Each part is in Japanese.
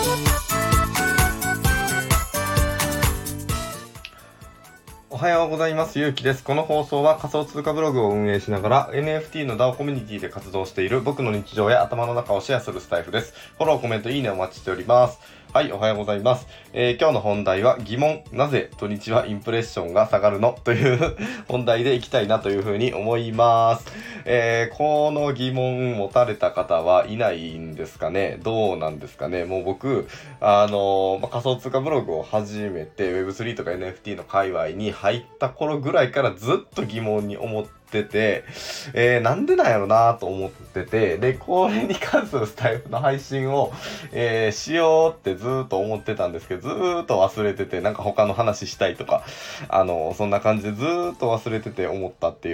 おはようございます。ゆうきです。この放送は仮想通貨ブログを運営しながら NFT の DAO コミュニティで活動している僕の日常や頭の中をシェアするスタイフです。フォロー、コメント、いいねお待ちしております。はい、おはようございます。今日の本題は疑問、なぜ土日はインプレッションが下がるのという本題でいきたいなというふうに思います。この疑問持たれた方はいないんですかね。どうなんですかね。もう僕、仮想通貨ブログを始めて Web3 とか NFT の界隈に入った頃ぐらいからずっと疑問に思ってて、なんでなんやろなと思ってて、で、これに関するスタイフの配信を、しようってずーっと思ってたんですけど、ずーっと忘れてて、なんか他の話したいとか、そんな感じでずーっと忘れてて思ったっていう、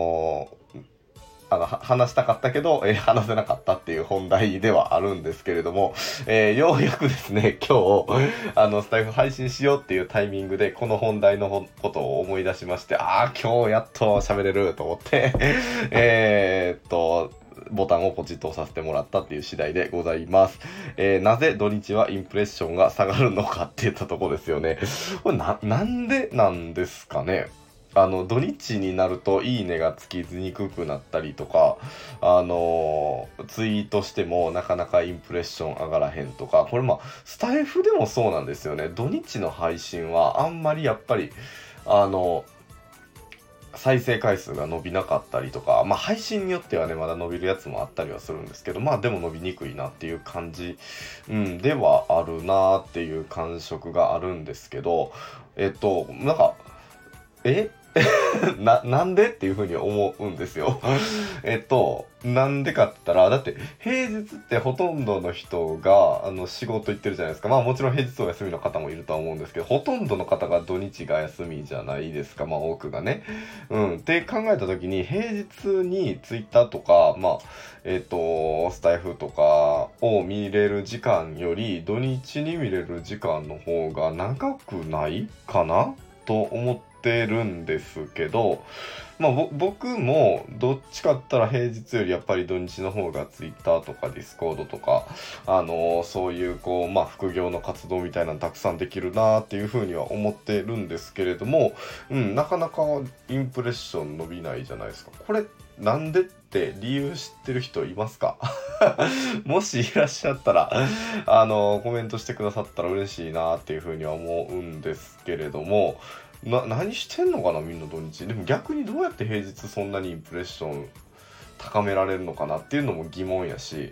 話したかったけど、話せなかったっていう本題ではあるんですけれども、ようやくですね、今日、スタイフ配信しようっていうタイミングで、この本題のことを思い出しまして、今日やっと喋れると思って、ボタンをポチッと押させてもらったっていう次第でございます。なぜ土日はインプレッションが下がるのかって言ったとこですよね。これなんでなんですかね。土日になるといいねがつきにくくなったりとか、ツイートしてもなかなかインプレッション上がらへんとか、これスタイフでもそうなんですよね。土日の配信はあんまりやっぱり、再生回数が伸びなかったりとか、配信によってはね、まだ伸びるやつもあったりはするんですけど、でも伸びにくいなっていう感じ、ではあるなっていう感触があるんですけど、なんか、えなんでっていうふうに思うんですよ。なんでかって言ったら、だって平日ってほとんどの人が仕事行ってるじゃないですか。もちろん平日お休みの方もいるとは思うんですけど、ほとんどの方が土日が休みじゃないですか。多くがね。って考えた時に、平日にツイッターとか、スタイフとかを見れる時間より、土日に見れる時間の方が長くないかなと思ってるんですけど、僕もどっちかって言ったら平日よりやっぱり土日の方がツイッターとかディスコードとか、そういう副業の活動みたいなのたくさんできるなっていうふうには思ってるんですけれども、なかなかインプレッション伸びないじゃないですか。これなんでって理由知ってる人いますか？もしいらっしゃったら、コメントしてくださったら嬉しいなっていうふうには思うんですけれども、何してんのかなみんな土日。でも逆にどうやって平日そんなにインプレッション高められるのかなっていうのも疑問やし、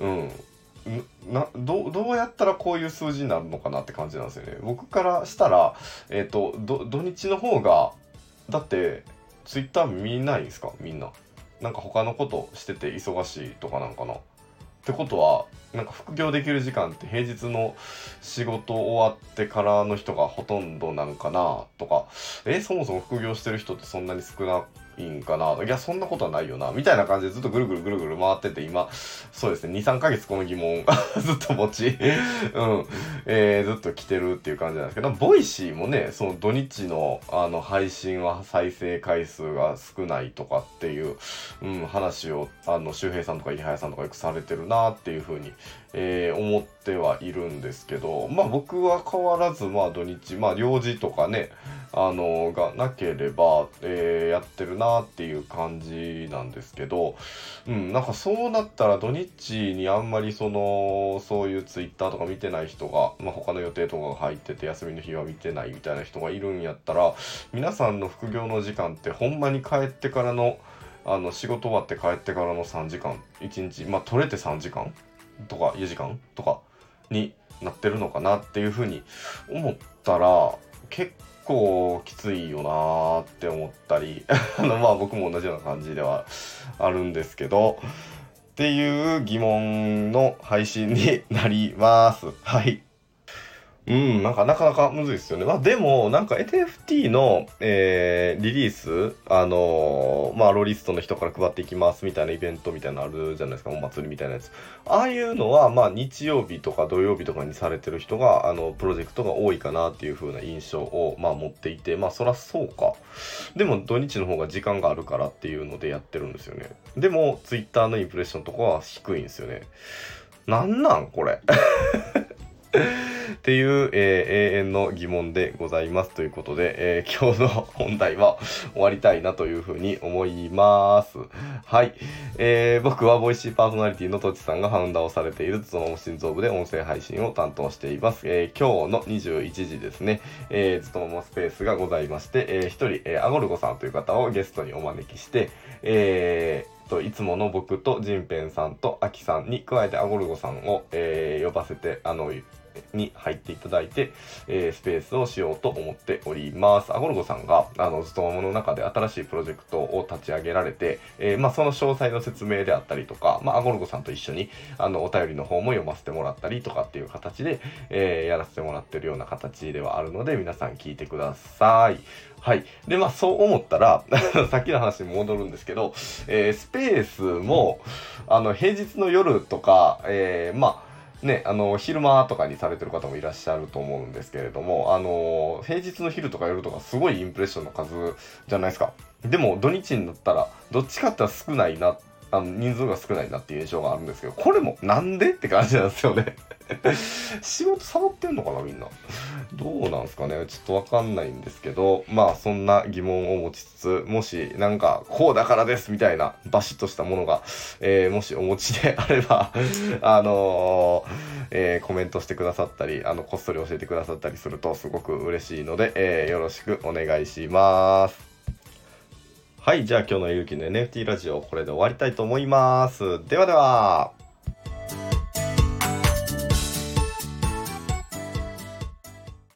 どうやったらこういう数字になるのかなって感じなんですよね。僕からしたら、土日の方が、だってツイッター見ないんですかみんな。なんか他のことしてて忙しいとかなんかな。ってことは、なんか副業できる時間って平日の仕事終わってからの人がほとんどなんかなとか、そもそも副業してる人ってそんなに少ないんかな、いや、そんなことはないよな、みたいな感じでずっとぐるぐるぐるぐる回ってて、今、そうですね、2、3ヶ月この疑問ずっと持ち、ずっと来てるっていう感じなんですけど、ボイシーもね、その土日の配信は再生回数が少ないとかっていう、話を、周平さんとか伊原さんとかよくされてるなっていうふうに、思ってはいるんですけど、僕は変わらず、土日、用事とかね、がなければ、やってるなっていう感じなんですけど、なんかそうなったら土日にあんまりそういうツイッターとか見てない人が、他の予定とかが入ってて休みの日は見てないみたいな人がいるんやったら、皆さんの副業の時間ってほんまに帰ってからの、仕事終わって帰ってからの3時間、1日、取れて3時間とか4時間とかになってるのかなっていうふうに思ったら、結構きついよなーって思ったり僕も同じような感じではあるんですけどっていう疑問の配信になります。はい。なんかなかなかむずいですよね。でも、なんか NFT の、リリース、ロリストの人から配っていきますみたいなイベントみたいなのあるじゃないですか、お祭りみたいなやつ。ああいうのは、日曜日とか土曜日とかにされてる人が、プロジェクトが多いかなっていう風な印象を、持っていて、そらそうか。でも、土日の方が時間があるからっていうのでやってるんですよね。でも、Twitter のインプレッションとかは低いんですよね。なんこれ。 っていう、永遠の疑問でございますということで、今日の本題は終わりたいなというふうに思います。はい。僕はボイシーパーソナリティのとちさんがファウンダーをされているつともも心臓部で音声配信を担当しています。今日の21時ですね、つとももスペースがございまして、一人、アゴルゴさんという方をゲストにお招きして、いつもの僕とジンペンさんとアキさんに加えてアゴルゴさんを、呼ばせてに入っていただいて、スペースをしようと思っております。アゴルゴさんがずっともの中で新しいプロジェクトを立ち上げられて、その詳細の説明であったりとか、アゴルゴさんと一緒にお便りの方も読ませてもらったりとかっていう形で、やらせてもらってるような形ではあるので、皆さん聞いてください。はい。で、そう思ったら、さっきの話に戻るんですけど、スペースも、平日の夜とか、ね、昼間とかにされてる方もいらっしゃると思うんですけれども、平日の昼とか夜とかすごいインプレッションの数じゃないですか。でも土日になったら、どっちかって言ったら少ないな、人数が少ないなっていう印象があるんですけど、これもなんでって感じなんですよね。仕事サボってんのかなみんな。どうなんすかね、ちょっとわかんないんですけど、そんな疑問を持ちつつ、もしなんかこうだからですみたいなバシッとしたものが、もしお持ちであればコメントしてくださったり、こっそり教えてくださったりするとすごく嬉しいので、よろしくお願いします。はい、じゃあ今日のゆうきの NFT ラジオこれで終わりたいと思います。ではでは。